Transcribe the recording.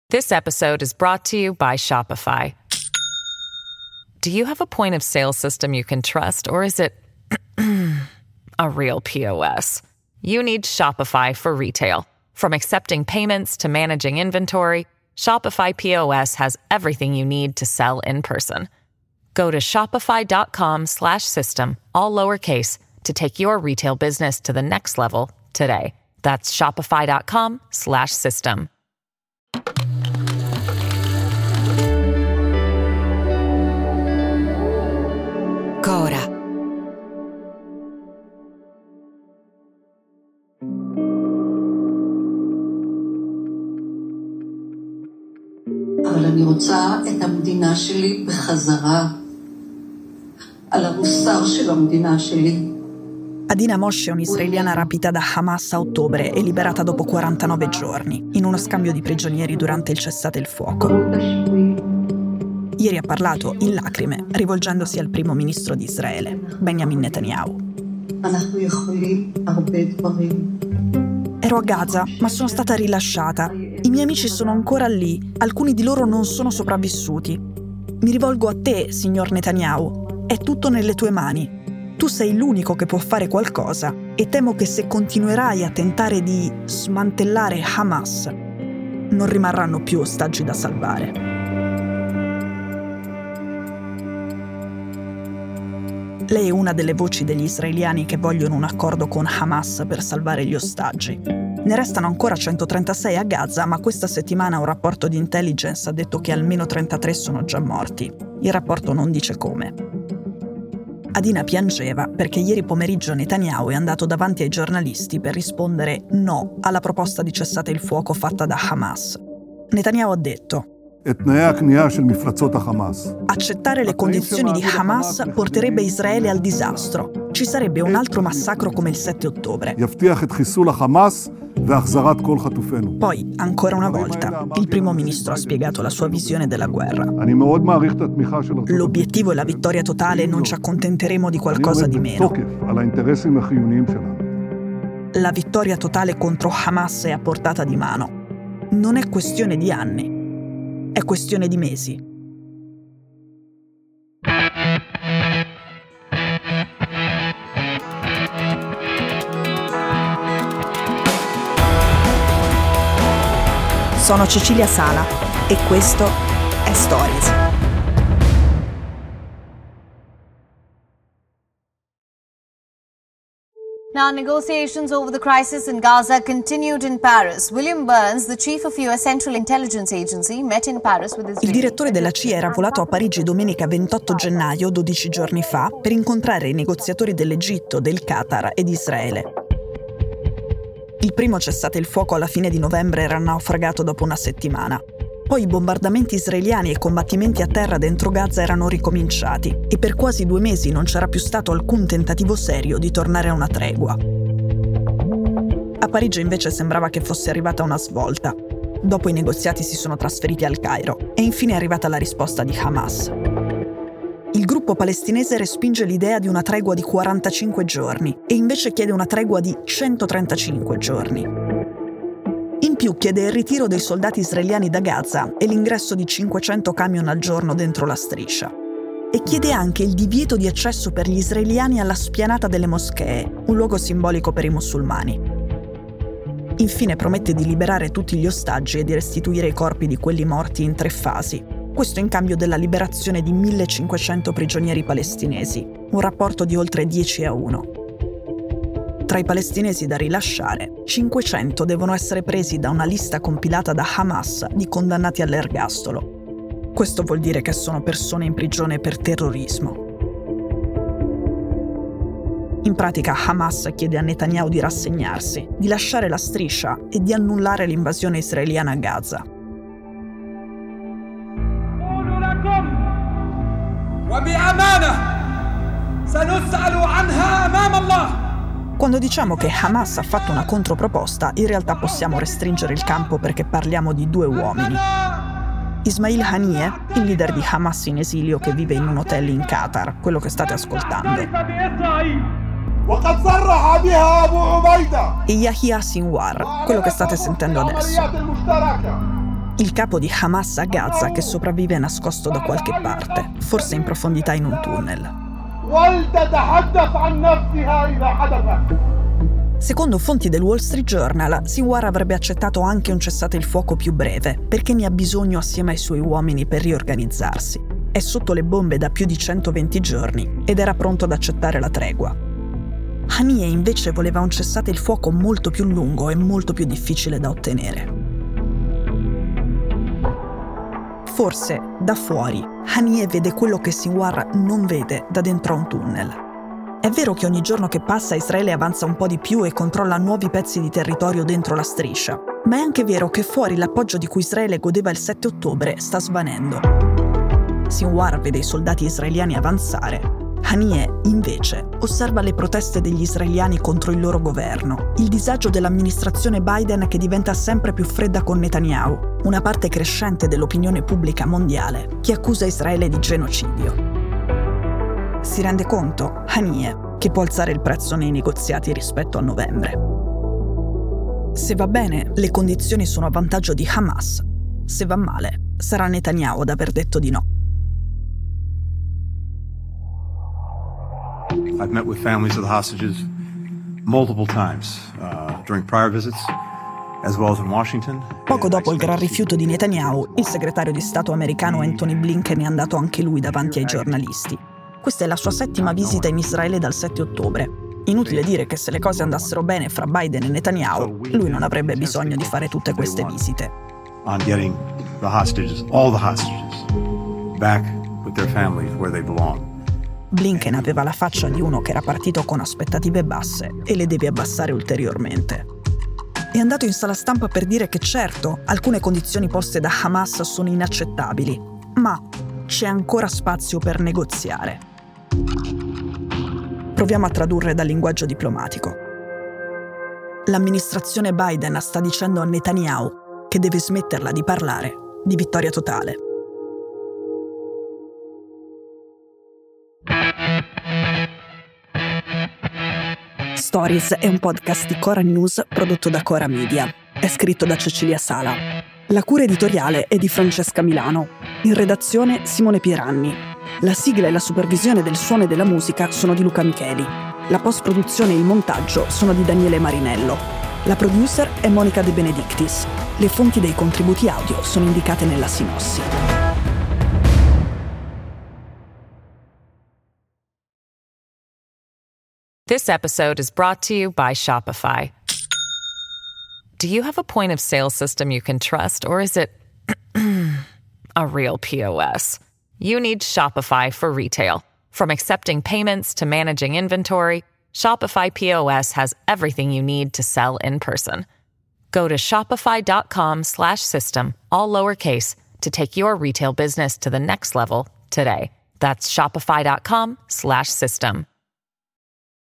This episode is brought to you by Shopify. Do you have a point of sale system you can trust, or is it a real POS? You need Shopify for retail. From accepting payments to managing inventory, Shopify POS has everything you need to sell in person. Go to shopify.com/system, all lowercase, to take your retail business to the next level today. That's shopify.com/system. Cora. אבל אני רוצה את המדינה שלי בחזרה, על המוסר של המדינה שלי. Adina Moshe è un'israeliana rapita da Hamas a ottobre e liberata dopo 49 giorni, in uno scambio di prigionieri durante il cessate il fuoco. Ieri ha parlato in lacrime, rivolgendosi al primo ministro di Israele, Benjamin Netanyahu. Ero a Gaza, ma sono stata rilasciata. I miei amici sono ancora lì, alcuni di loro non sono sopravvissuti. Mi rivolgo a te, signor Netanyahu. È tutto nelle tue mani. Tu sei l'unico che può fare qualcosa e temo che se continuerai a tentare di smantellare Hamas, non rimarranno più ostaggi da salvare. Lei è una delle voci degli israeliani che vogliono un accordo con Hamas per salvare gli ostaggi. Ne restano ancora 136 a Gaza, ma questa settimana un rapporto di intelligence ha detto che almeno 33 sono già morti. Il rapporto non dice come. Adina piangeva perché ieri pomeriggio Netanyahu è andato davanti ai giornalisti per rispondere no alla proposta di cessate il fuoco fatta da Hamas. Netanyahu ha detto: accettare le condizioni di Hamas porterebbe Israele al disastro. Ci sarebbe un altro massacro come il 7 ottobre. Poi, ancora una volta, il primo ministro ha spiegato la sua visione della guerra. L'obiettivo è la vittoria totale e non ci accontenteremo di qualcosa di meno. La vittoria totale contro Hamas è a portata di mano. Non è questione di anni, è questione di mesi. Sono Cecilia Sala e questo è Stories. Now, negotiations over the crisis in Gaza continued in Paris. William Burns, the chief of US Central Intelligence Agency, met in Paris with Il direttore della CIA era volato a Parigi domenica 28 gennaio, 12 giorni fa, per incontrare i negoziatori dell'Egitto, del Qatar e di Israele. Il primo cessate il fuoco alla fine di novembre era naufragato dopo una settimana. Poi i bombardamenti israeliani e i combattimenti a terra dentro Gaza erano ricominciati e per quasi 2 mesi non c'era più stato alcun tentativo serio di tornare a una tregua. A Parigi invece sembrava che fosse arrivata una svolta. Dopo i negoziati si sono trasferiti al Cairo e infine è arrivata la risposta di Hamas. Il gruppo palestinese respinge l'idea di una tregua di 45 giorni e invece chiede una tregua di 135 giorni. In più chiede il ritiro dei soldati israeliani da Gaza e l'ingresso di 500 camion al giorno dentro la striscia. E chiede anche il divieto di accesso per gli israeliani alla spianata delle moschee, un luogo simbolico per i musulmani. Infine promette di liberare tutti gli ostaggi e di restituire i corpi di quelli morti in 3 fasi. Questo in cambio della liberazione di 1500 prigionieri palestinesi, un rapporto di oltre 10-1. Tra i palestinesi da rilasciare, 500 devono essere presi da una lista compilata da Hamas di condannati all'ergastolo. Questo vuol dire che sono persone in prigione per terrorismo. In pratica Hamas chiede a Netanyahu di rassegnarsi, di lasciare la striscia e di annullare l'invasione israeliana a Gaza. Quando diciamo che Hamas ha fatto una controproposta, in realtà possiamo restringere il campo perché parliamo di 2 uomini. Ismail Haniyeh, il leader di Hamas in esilio che vive in un hotel in Qatar, quello che state ascoltando. E Yahya Sinwar, quello che state sentendo adesso. il capo di Hamas a Gaza che sopravvive nascosto da qualche parte, forse in profondità in un tunnel. Secondo fonti del Wall Street Journal, Sinwar avrebbe accettato anche un cessate il fuoco più breve, perché ne ha bisogno assieme ai suoi uomini per riorganizzarsi. È sotto le bombe da più di 120 giorni ed era pronto ad accettare la tregua. Haniyeh invece voleva un cessate il fuoco molto più lungo e molto più difficile da ottenere. Forse, da fuori, Haniyeh vede quello che Sinwar non vede da dentro a un tunnel. È vero che ogni giorno che passa Israele avanza un po' di più e controlla nuovi pezzi di territorio dentro la striscia, ma è anche vero che fuori l'appoggio di cui Israele godeva il 7 ottobre sta svanendo. Sinwar vede i soldati israeliani avanzare. Haniyeh, invece, osserva le proteste degli israeliani contro il loro governo, il disagio dell'amministrazione Biden che diventa sempre più fredda con Netanyahu, una parte crescente dell'opinione pubblica mondiale che accusa Israele di genocidio. Si rende conto, Haniyeh, che può alzare il prezzo nei negoziati rispetto a novembre. Se va bene, le condizioni sono a vantaggio di Hamas. Se va male, sarà Netanyahu ad aver detto di no. I've met with families of the hostages multiple times during prior visits, as well as in Washington. Poco dopo il gran rifiuto di Netanyahu, il segretario di Stato americano Antony Blinken è andato anche lui davanti ai giornalisti. Questa è la sua 7ª visita in Israele dal 7 ottobre. Inutile dire che se le cose andassero bene fra Biden e Netanyahu, lui non avrebbe bisogno di fare tutte queste visite. On getting the hostages, all the hostages, back with their families where they belong. Blinken aveva la faccia di uno che era partito con aspettative basse e le deve abbassare ulteriormente. È andato in sala stampa per dire che certo, alcune condizioni poste da Hamas sono inaccettabili, ma c'è ancora spazio per negoziare. Proviamo a tradurre dal linguaggio diplomatico. L'amministrazione Biden sta dicendo a Netanyahu che deve smetterla di parlare di vittoria totale. Stories è un podcast di Cora News prodotto da Cora Media. È scritto da Cecilia Sala. La cura editoriale è di Francesca Milano. In redazione Simone Pieranni. La sigla e la supervisione del suono e della musica sono di Luca Micheli. La post-produzione e il montaggio sono di Daniele Marinello. La producer è Monica De Benedictis. Le fonti dei contributi audio sono indicate nella sinossi. This episode is brought to you by Shopify. Do you have a point of sale system you can trust, or is it a real POS? You need Shopify for retail. From accepting payments to managing inventory, Shopify POS has everything you need to sell in person. Go to shopify.com/system, all lowercase, to take your retail business to the next level today. That's shopify.com/system.